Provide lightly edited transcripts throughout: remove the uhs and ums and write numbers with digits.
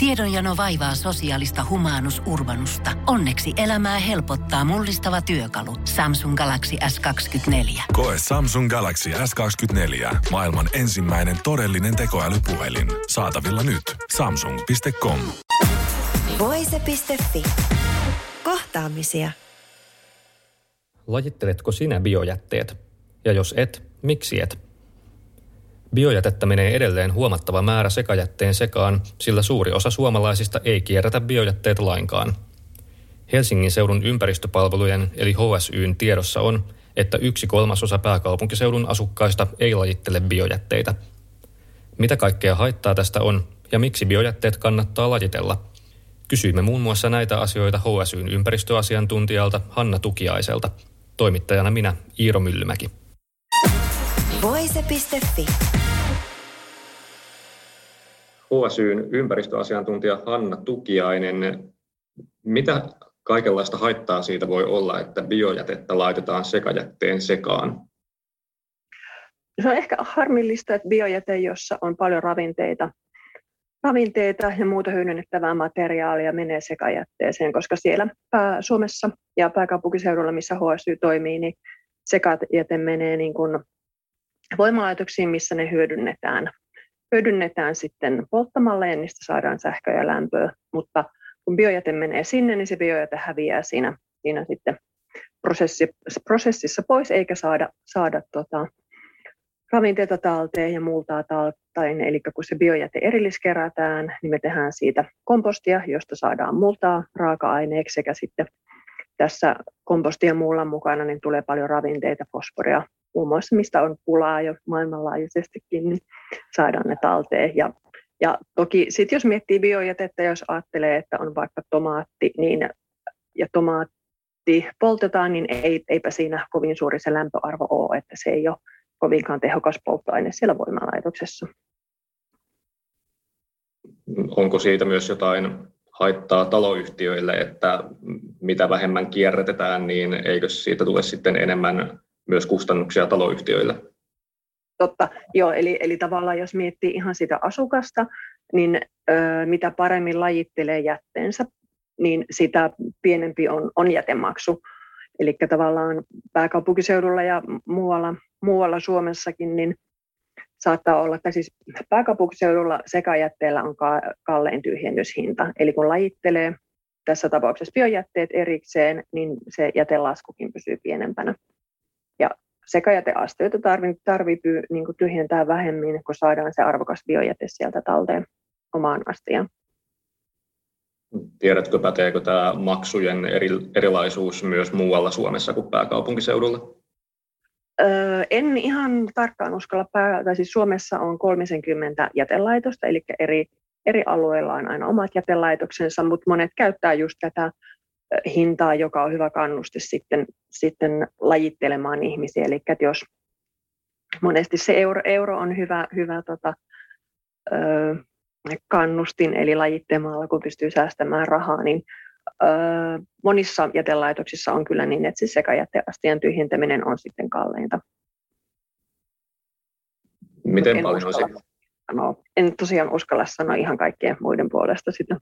Tiedonjano vaivaa sosiaalista humanus urbanusta. Onneksi elämää helpottaa mullistava työkalu. Samsung Galaxy S24. Koe Samsung Galaxy S24. Maailman ensimmäinen todellinen tekoälypuhelin. Saatavilla nyt. Samsung.com. Voise.fi. Kohtaamisia. Lajitteletko sinä biojätteet? Ja jos et, miksi et? Biojätettä menee edelleen huomattava määrä sekajätteen sekaan, sillä suuri osa suomalaisista ei kierrätä biojätteitä lainkaan. Helsingin seudun ympäristöpalvelujen eli HSY:n tiedossa on, että 1/3 pääkaupunkiseudun asukkaista ei lajittele biojätteitä. Mitä kaikkea haittaa tästä on ja miksi biojätteet kannattaa lajitella? Kysyimme muun muassa näitä asioita HSY:n ympäristöasiantuntijalta Hanna Tukiaiselta. Toimittajana minä, Iiro Myllymäki. Voise.fi. HSY:n ympäristöasiantuntija Hanna Tukiainen. Mitä kaikenlaista haittaa siitä voi olla, että biojätettä laitetaan sekajätteen sekaan? Se on ehkä harmillista, että biojäte, jossa on paljon ravinteita ja muuta hyödynnettävää materiaalia menee sekajätteeseen, koska siellä Suomessa ja pääkaupunkiseudulla, missä HSY toimii, niin sekajäte menee niin kuin voimalaitoksiin, missä ne hyödynnetään sitten polttamalla ja niistä saadaan sähköä ja lämpöä, mutta kun biojäte menee sinne, niin se biojäte häviää siinä sitten prosessissa pois, eikä saada ravinteita talteen ja multaa talteen. Eli kun se biojäte erilliskerätään, niin me tehdään siitä kompostia, josta saadaan multaa raaka-aineeksi, sekä sitten tässä kompostia ja mullan mukana niin tulee paljon ravinteita, fosforia, muun muassa mistä on pulaa jo maailmanlaajuisestikin, niin saadaan ne talteen. Ja toki sitten jos miettii biojätettä, jos ajattelee, että on vaikka tomaatti, niin, ja tomaatti poltetaan, niin eipä siinä kovin suuri se lämpöarvo ole, että se ei ole kovinkaan tehokas polttoaine siellä voimalaitoksessa. Onko siitä myös jotain haittaa taloyhtiöille, että mitä vähemmän kierrätetään, niin eikö siitä tule sitten enemmän myös kustannuksia taloyhtiöille? Totta, joo, eli tavallaan jos miettii ihan sitä asukasta, niin mitä paremmin lajittelee jätteensä, niin sitä pienempi on jätemaksu. Eli tavallaan pääkaupunkiseudulla ja muualla Suomessakin, niin saattaa olla, että siis pääkaupunkiseudulla sekajätteellä on kallein tyhjennyshinta. Eli kun lajittelee tässä tapauksessa biojätteet erikseen, niin se jätelaskukin pysyy pienempänä. Ja sekajäteastioita tarvitsee niin kuin tyhjentää vähemmän, kun saadaan se arvokas biojäte sieltä talteen omaan astiaan. Tiedätkö, päteekö tämä maksujen erilaisuus myös muualla Suomessa kuin pääkaupunkiseudulla? En ihan tarkkaan uskalla siis Suomessa on 30 jätelaitosta, eli eri alueilla on aina omat jätelaitoksensa, mutta monet käyttää just tätä hintaa, joka on hyvä kannuste sitten lajittelemaan ihmisiä. Eli jos monesti se euro on hyvä kannustin, eli lajittelemalla, kun pystyy säästämään rahaa, niin monissa jätelaitoksissa on kyllä niin, että se sekajäteastian tyhjentäminen on sitten kalleinta. Miten paljon en tosiaan uskalla sanoa ihan kaikkien muiden puolesta sitä.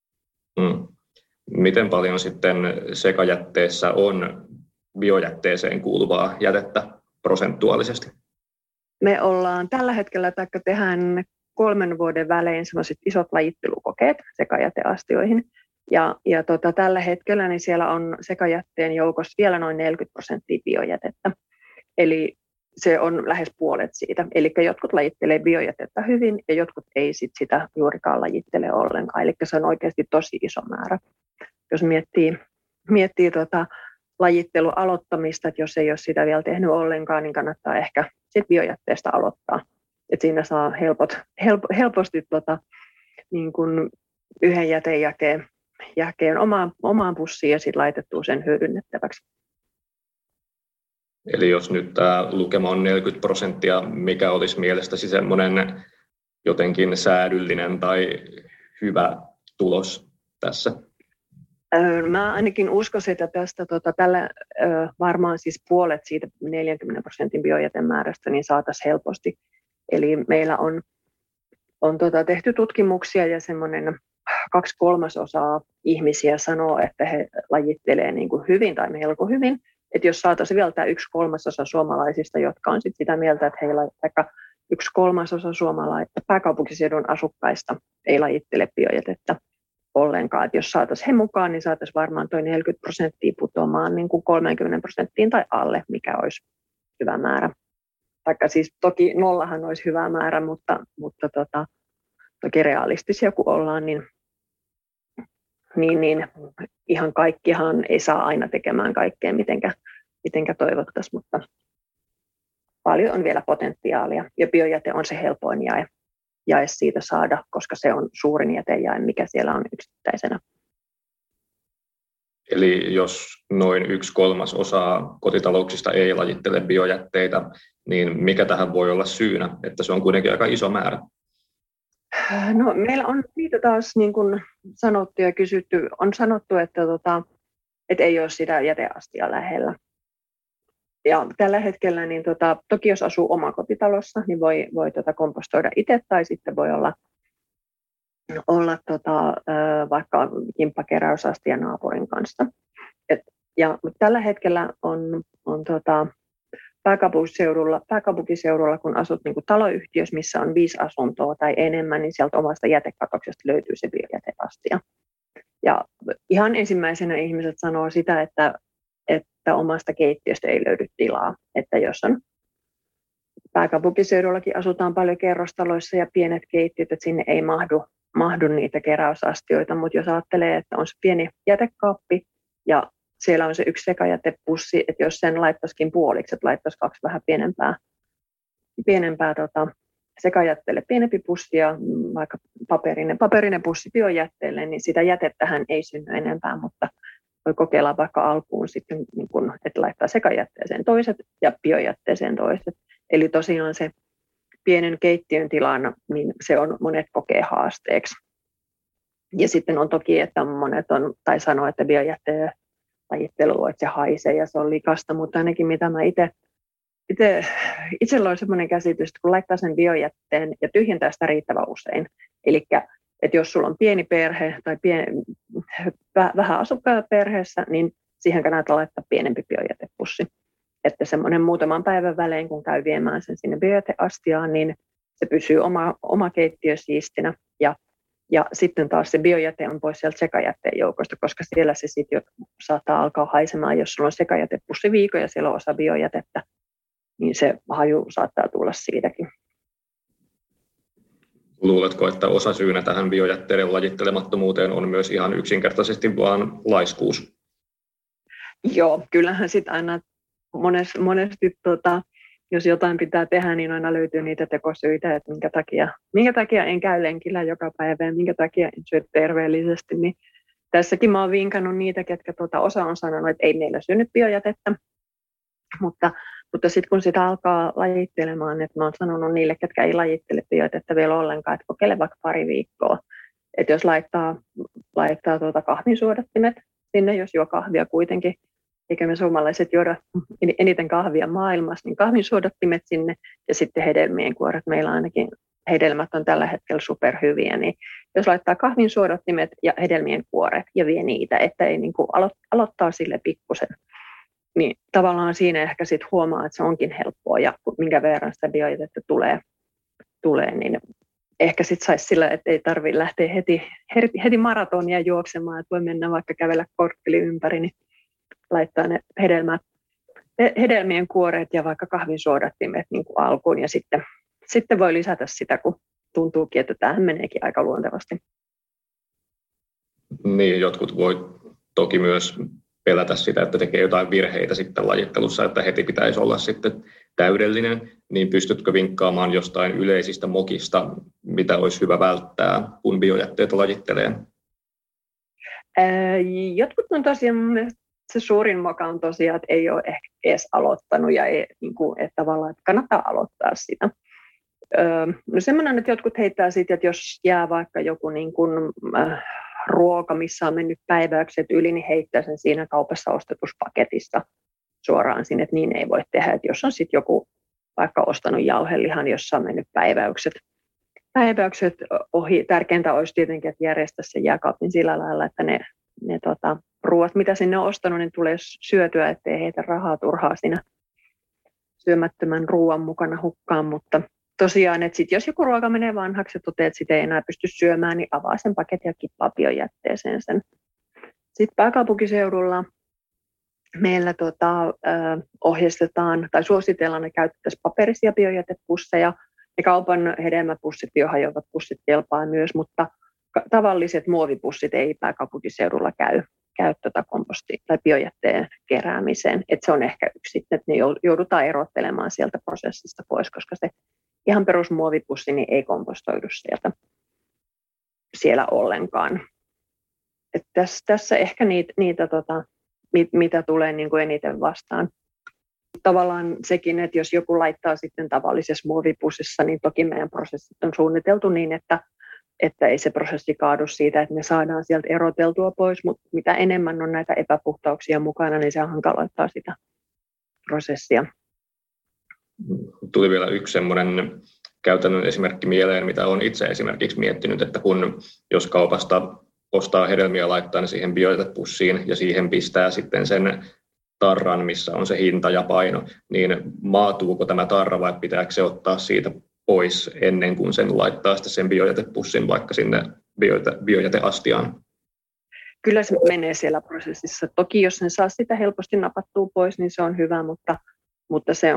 Miten paljon sitten sekajätteessä on biojätteeseen kuuluvaa jätettä prosentuaalisesti? Me ollaan tällä hetkellä, taikka tehdään 3 vuoden välein sellaiset isot lajittelukokeet sekajäteastioihin. Ja tällä hetkellä niin siellä on sekajätteen joukossa vielä noin 40% biojätettä. Eli se on lähes puolet siitä. Eli jotkut lajittelee biojätettä hyvin ja jotkut ei sitä juurikaan lajittele ollenkaan. Eli se on oikeasti tosi iso määrä. Jos miettii lajittelun aloittamista, että jos ei ole sitä vielä tehnyt ollenkaan, niin kannattaa ehkä sit biojätteestä aloittaa. Et siinä saa helposti niin kun yhden jätejäkeen omaan pussiin ja sitten laitettua sen hyödynnettäväksi. Eli jos nyt tämä lukema on 40%, mikä olisi mielestäsi semmoinen jotenkin säädyllinen tai hyvä tulos tässä? Mä ainakin uskoisin, että tästä tällä varmaan siis puolet siitä 40% biojätemäärästä niin saataisiin helposti. Eli meillä on tehty tutkimuksia ja semmoinen 2/3 ihmisiä sanoo, että he lajittelee niin kuin hyvin tai melko hyvin. Että jos saataisiin vielä tämä 1/3 suomalaisista, jotka on sit sitä mieltä, että heillä vaikka 1/3 pääkaupunkiseudun asukkaista ei lajittele biojätettä ollenkaan. Että jos saataisiin he mukaan, niin saataisiin varmaan tuo 40% putoamaan niin kuin 30% tai alle, mikä olisi hyvä määrä. Vaikka siis toki 0 olisi hyvä määrä, mutta toki realistisia kun ollaan, niin ihan kaikkihan ei saa aina tekemään kaikkea, mitenkä toivottaisiin, mutta paljon on vielä potentiaalia. Ja biojäte on se helpoin jae siitä saada, koska se on suurin jätejae, mikä siellä on yksittäisenä. Eli jos noin 1/3 kotitalouksista ei lajittele biojätteitä, niin mikä tähän voi olla syynä, että se on kuitenkin aika iso määrä? No, meillä on niitä taas niin kuin sanottu ja kysytty. On sanottu, että ei ole sitä jäteastia lähellä. Ja tällä hetkellä, niin toki jos asuu omakotitalossa, niin voi kompostoida itse tai sitten voi olla vaikka kimppakeräysastia naapurin kanssa. Mutta tällä hetkellä on pääkaupunkiseudulla, kun asut niin kuin taloyhtiössä, missä on 5 asuntoa tai enemmän, niin sieltä omasta jätekatoksesta löytyy se biojäteastia. Ja ihan ensimmäisenä ihmiset sanoo sitä, että omasta keittiöstä ei löydy tilaa. Että jos on pääkaupunkiseudullakin asutaan paljon kerrostaloissa ja pienet keittiöt, että sinne ei mahdu niitä keräysastioita, mutta jos ajattelee, että on se pieni jätekaappi ja siellä on se 1 sekajätepussi, että jos sen laittaisikin puoliksi, että laittaisi 2 vähän pienempää sekajätteelle pienempi pussi ja vaikka paperinen pussi biojätteelle, niin sitä jätettähän ei synny enempää, mutta voi kokeilla vaikka alkuun sitten, niin kun, että laittaa sekajätteeseen toiset ja biojätteeseen toiset. Eli tosiaan se pienen keittiön tilana, niin se on monet kokee haasteeksi. Ja sitten on toki, että monet sanoo, että biojätteen lajittelu, että se haisee ja se on likasta, mutta ainakin mitä mä itsellä on semmoinen käsitys, että kun laittaa sen biojätteen ja tyhjentää sitä riittävän usein, eli että jos sulla on pieni perhe tai vähän asukkaita perheessä, niin siihen kannattaa laittaa pienempi biojätepussi. Että semmoinen muutaman päivän välein, kun käy viemään sen sinne biojäteastiaan, niin se pysyy oma keittiö siistinä. Ja sitten taas se biojäte on pois sieltä sekajätteen joukosta, koska siellä se sitten jo saattaa alkaa haisemaan, jos sulla on sekajätepussi viikon ja siellä on osa biojätettä, niin se haju saattaa tulla siitäkin. Luuletko, että osa syynä tähän biojätteiden lajittelemattomuuteen on myös ihan yksinkertaisesti vaan laiskuus? Joo, kyllähän sitten aina monesti jos jotain pitää tehdä, niin aina löytyy niitä tekosyitä, että minkä takia en käy lenkillä joka päivä ja minkä takia en syö terveellisesti. Niin tässäkin mä oon vinkannut niitä, ketkä osa on sanonut, että ei meillä synny biojätettä, mutta sitten kun sitä alkaa lajittelemaan, että mä oon sanonut niille, ketkä ei lajittele biojätettä vielä ollenkaan, että kokeile vaikka pari viikkoa. Että jos laittaa kahvinsuodattimet sinne, jos juo kahvia kuitenkin, eikä me suomalaiset juoda eniten kahvia maailmassa, niin kahvinsuodattimet sinne ja sitten hedelmien kuoret. Meillä ainakin hedelmät on tällä hetkellä superhyviä, niin jos laittaa kahvinsuodattimet ja hedelmien kuoret ja vie niitä, että ei niin kuin aloittaa sille pikkusen, niin tavallaan siinä ehkä sitten huomaa, että se onkin helppoa ja minkä verran sitä biojätettä tulee, niin ehkä sitten saisi sillä, että ei tarvitse lähteä heti maratonia juoksemaan, että voi mennä vaikka kävellä kortteli ympäri, niin laittaa ne hedelmien kuoret ja vaikka kahvinsuodattimet niin kuin alkuun ja sitten voi lisätä sitä, kun tuntuukin, että tämähän meneekin aika luontevasti. Niin, jotkut voi toki myös pelätä sitä, että tekee jotain virheitä sitten lajittelussa, että heti pitäisi olla sitten täydellinen, niin pystytkö vinkkaamaan jostain yleisistä mokista, mitä olisi hyvä välttää, kun biojätteet lajittelee? Jotkut on tosiaan, se suurin moka on tosiaan, että ei ole ehkä edes aloittanut ja ei, niin kuin, että tavallaan että kannattaa aloittaa sitä. No semmoinen, että jotkut heittää siitä, että jos jää vaikka joku niin kuin, ruoka, missä on mennyt päiväykset yli, niin heittää sen siinä kaupassa ostetuspaketissa suoraan sinne, että niin ei voi tehdä. Että jos on sitten joku vaikka ostanut jauhelihan, jossa on mennyt päiväykset päiväykset ohi. Tärkeintä olisi tietenkin, että järjestää se jääkaapin sillä lailla, että ne ruoat, mitä sinne on ostanut, niin tulee syötyä, ettei heitä rahaa turhaa siinä syömättömän ruoan mukana hukkaan. Mutta tosiaan, että jos joku ruoka menee vanhaksi ja toteaa, että sitä ei enää pysty syömään, niin avaa sen paketin ja kippaa biojätteeseen sen. Sitten pääkaupunkiseudulla meillä ohjeistetaan tai suositellaan, että käytettäisiin paperisia biojätepusseja. Ja kaupan hedelmäpussit, biohajoavat pussit kelpaa myös, mutta tavalliset muovipussit ei pääkaupunkiseudulla käy komposti- tai biojätteen keräämiseen. Et se on ehkä yksi sitten, että ne joudutaan erottelemaan sieltä prosessista pois, koska se ihan perusmuovipussi niin ei kompostoidu siellä ollenkaan. Et tässä ehkä niitä mitä tulee niin kuin eniten vastaan. Tavallaan sekin, että jos joku laittaa sitten tavallisessa muovipussissa, niin toki meidän prosessit on suunniteltu niin, että ei se prosessi kaadu siitä, että me saadaan sieltä eroteltua pois, mutta mitä enemmän on näitä epäpuhtauksia mukana, niin se hankaloittaa sitä prosessia. Tuli vielä yksi semmoinen käytännön esimerkki mieleen, mitä olen itse esimerkiksi miettinyt, että jos kaupasta ostaa hedelmiä, laittaa ne siihen biojätepussiin ja siihen pistää sitten sen tarran, missä on se hinta ja paino, niin maatuuko tämä tarra vai pitääkö se ottaa siitä pois ennen kuin sen laittaa sitten sen biojätepussin vaikka sinne biojäteastiaan? Kyllä se menee siellä prosessissa. Toki jos sen saa sitä helposti napattua pois, niin se on hyvä, mutta se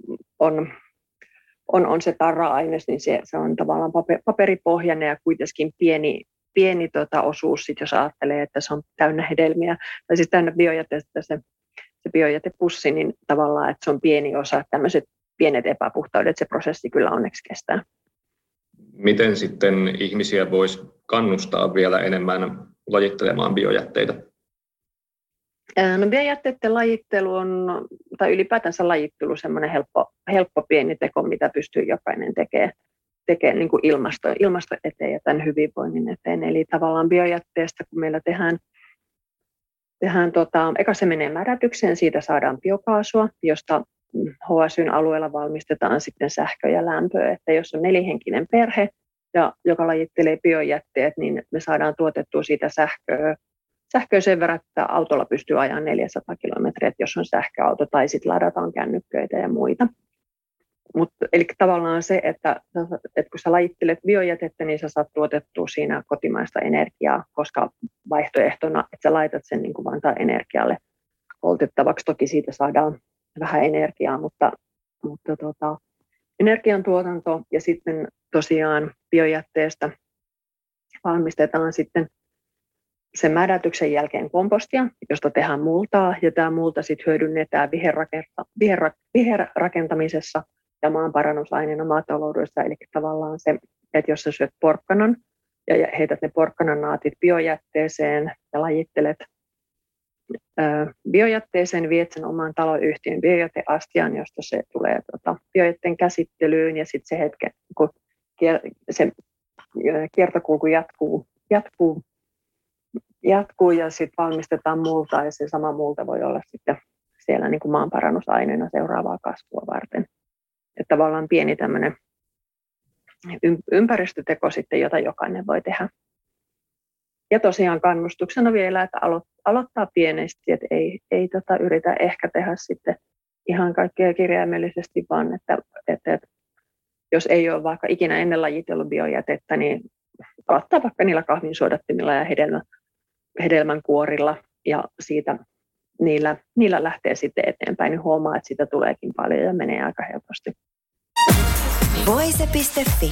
on se tarra-aines, niin se on tavallaan paperipohjainen ja kuitenkin pieni osuus, sit jos ajattelee, että se on täynnä hedelmiä tai siis täynnä biojätettä se biojätepussi, niin tavallaan, että se on pieni osa, tämmöiset pienet epäpuhtaudet, se prosessi kyllä onneksi kestää. Miten sitten ihmisiä voisi kannustaa vielä enemmän lajittelemaan biojätteitä? No biojätteiden lajittelu tai ylipäätänsä lajittelu semmoinen helppo pieni teko, mitä pystyy jokainen tekemään niin kuin ilmasto eteen ja tämän hyvinvoinnin eteen. Eli tavallaan biojätteestä, kun meillä tehdään eka se menee mädätykseen, siitä saadaan biokaasua, josta HSY:n alueella valmistetaan sitten sähkö ja lämpöä. Että jos on 4-henkinen perhe, joka lajittelee biojätteet, niin me saadaan tuotettua siitä sähköä sen verran, että autolla pystyy ajamaan 400 kilometriä, jos on sähköauto, tai sitten ladataan kännykköitä ja muita. Eli tavallaan se, että kun sä lajittelet biojätettä, niin sä saat tuotettua siinä kotimaista energiaa, koska vaihtoehtona, että sä laitat sen niin kuin Vantaan Energialle poltettavaksi. Toki siitä saadaan vähän energiaa, mutta energiantuotanto ja sitten tosiaan biojätteestä valmistetaan sitten sen mädätyksen jälkeen kompostia, josta tehdään multaa, ja tämä multa sitten hyödynnetään viherrakentamisessa ja maanparannusaineena maataloudessa, eli tavallaan se, että jos sä syöt porkkanan ja heität ne porkkananaatit biojätteeseen ja lajittelet biojätteeseen, viet sen oman taloyhtiön biojäteastiaan, josta se tulee biojätteen käsittelyyn, ja sitten se hetken, kun se kiertokulku jatkuu ja sitten valmistetaan multaa, ja se sama multa voi olla sitten siellä niin kuin maanparannusaineena seuraavaa kasvua varten. Että tavallaan pieni tämmöinen ympäristöteko sitten, jota jokainen voi tehdä. Ja tosiaan kannustuksena vielä, että aloittaa pienesti, että ei yritä ehkä tehdä sitten ihan kaikkea kirjaimellisesti, vaan että jos ei ole vaikka ikinä ennen lajitellut biojätettä, niin aloittaa vaikka niillä kahvinsuodattimilla ja hedelmän kuorilla, ja siitä niillä lähtee sitten eteenpäin, niin huomaa, että sitä tuleekin paljon ja menee aika helposti. Voise.fi.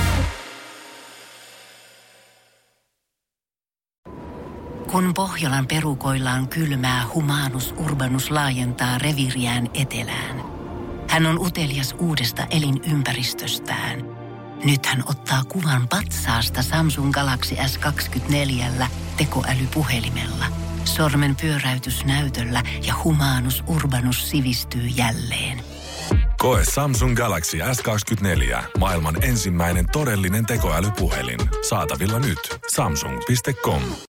Kun Pohjolan perukoillaan kylmää, Humanus Urbanus laajentaa reviiriään etelään. Hän on utelias uudesta elinympäristöstään. Nyt hän ottaa kuvan patsaasta Samsung Galaxy S24 tekoälypuhelimella. Sormen pyöräytys näytöllä ja Humanus Urbanus sivistyy jälleen. Koe Samsung Galaxy S24. Maailman ensimmäinen todellinen tekoälypuhelin. Saatavilla nyt. Samsung.com.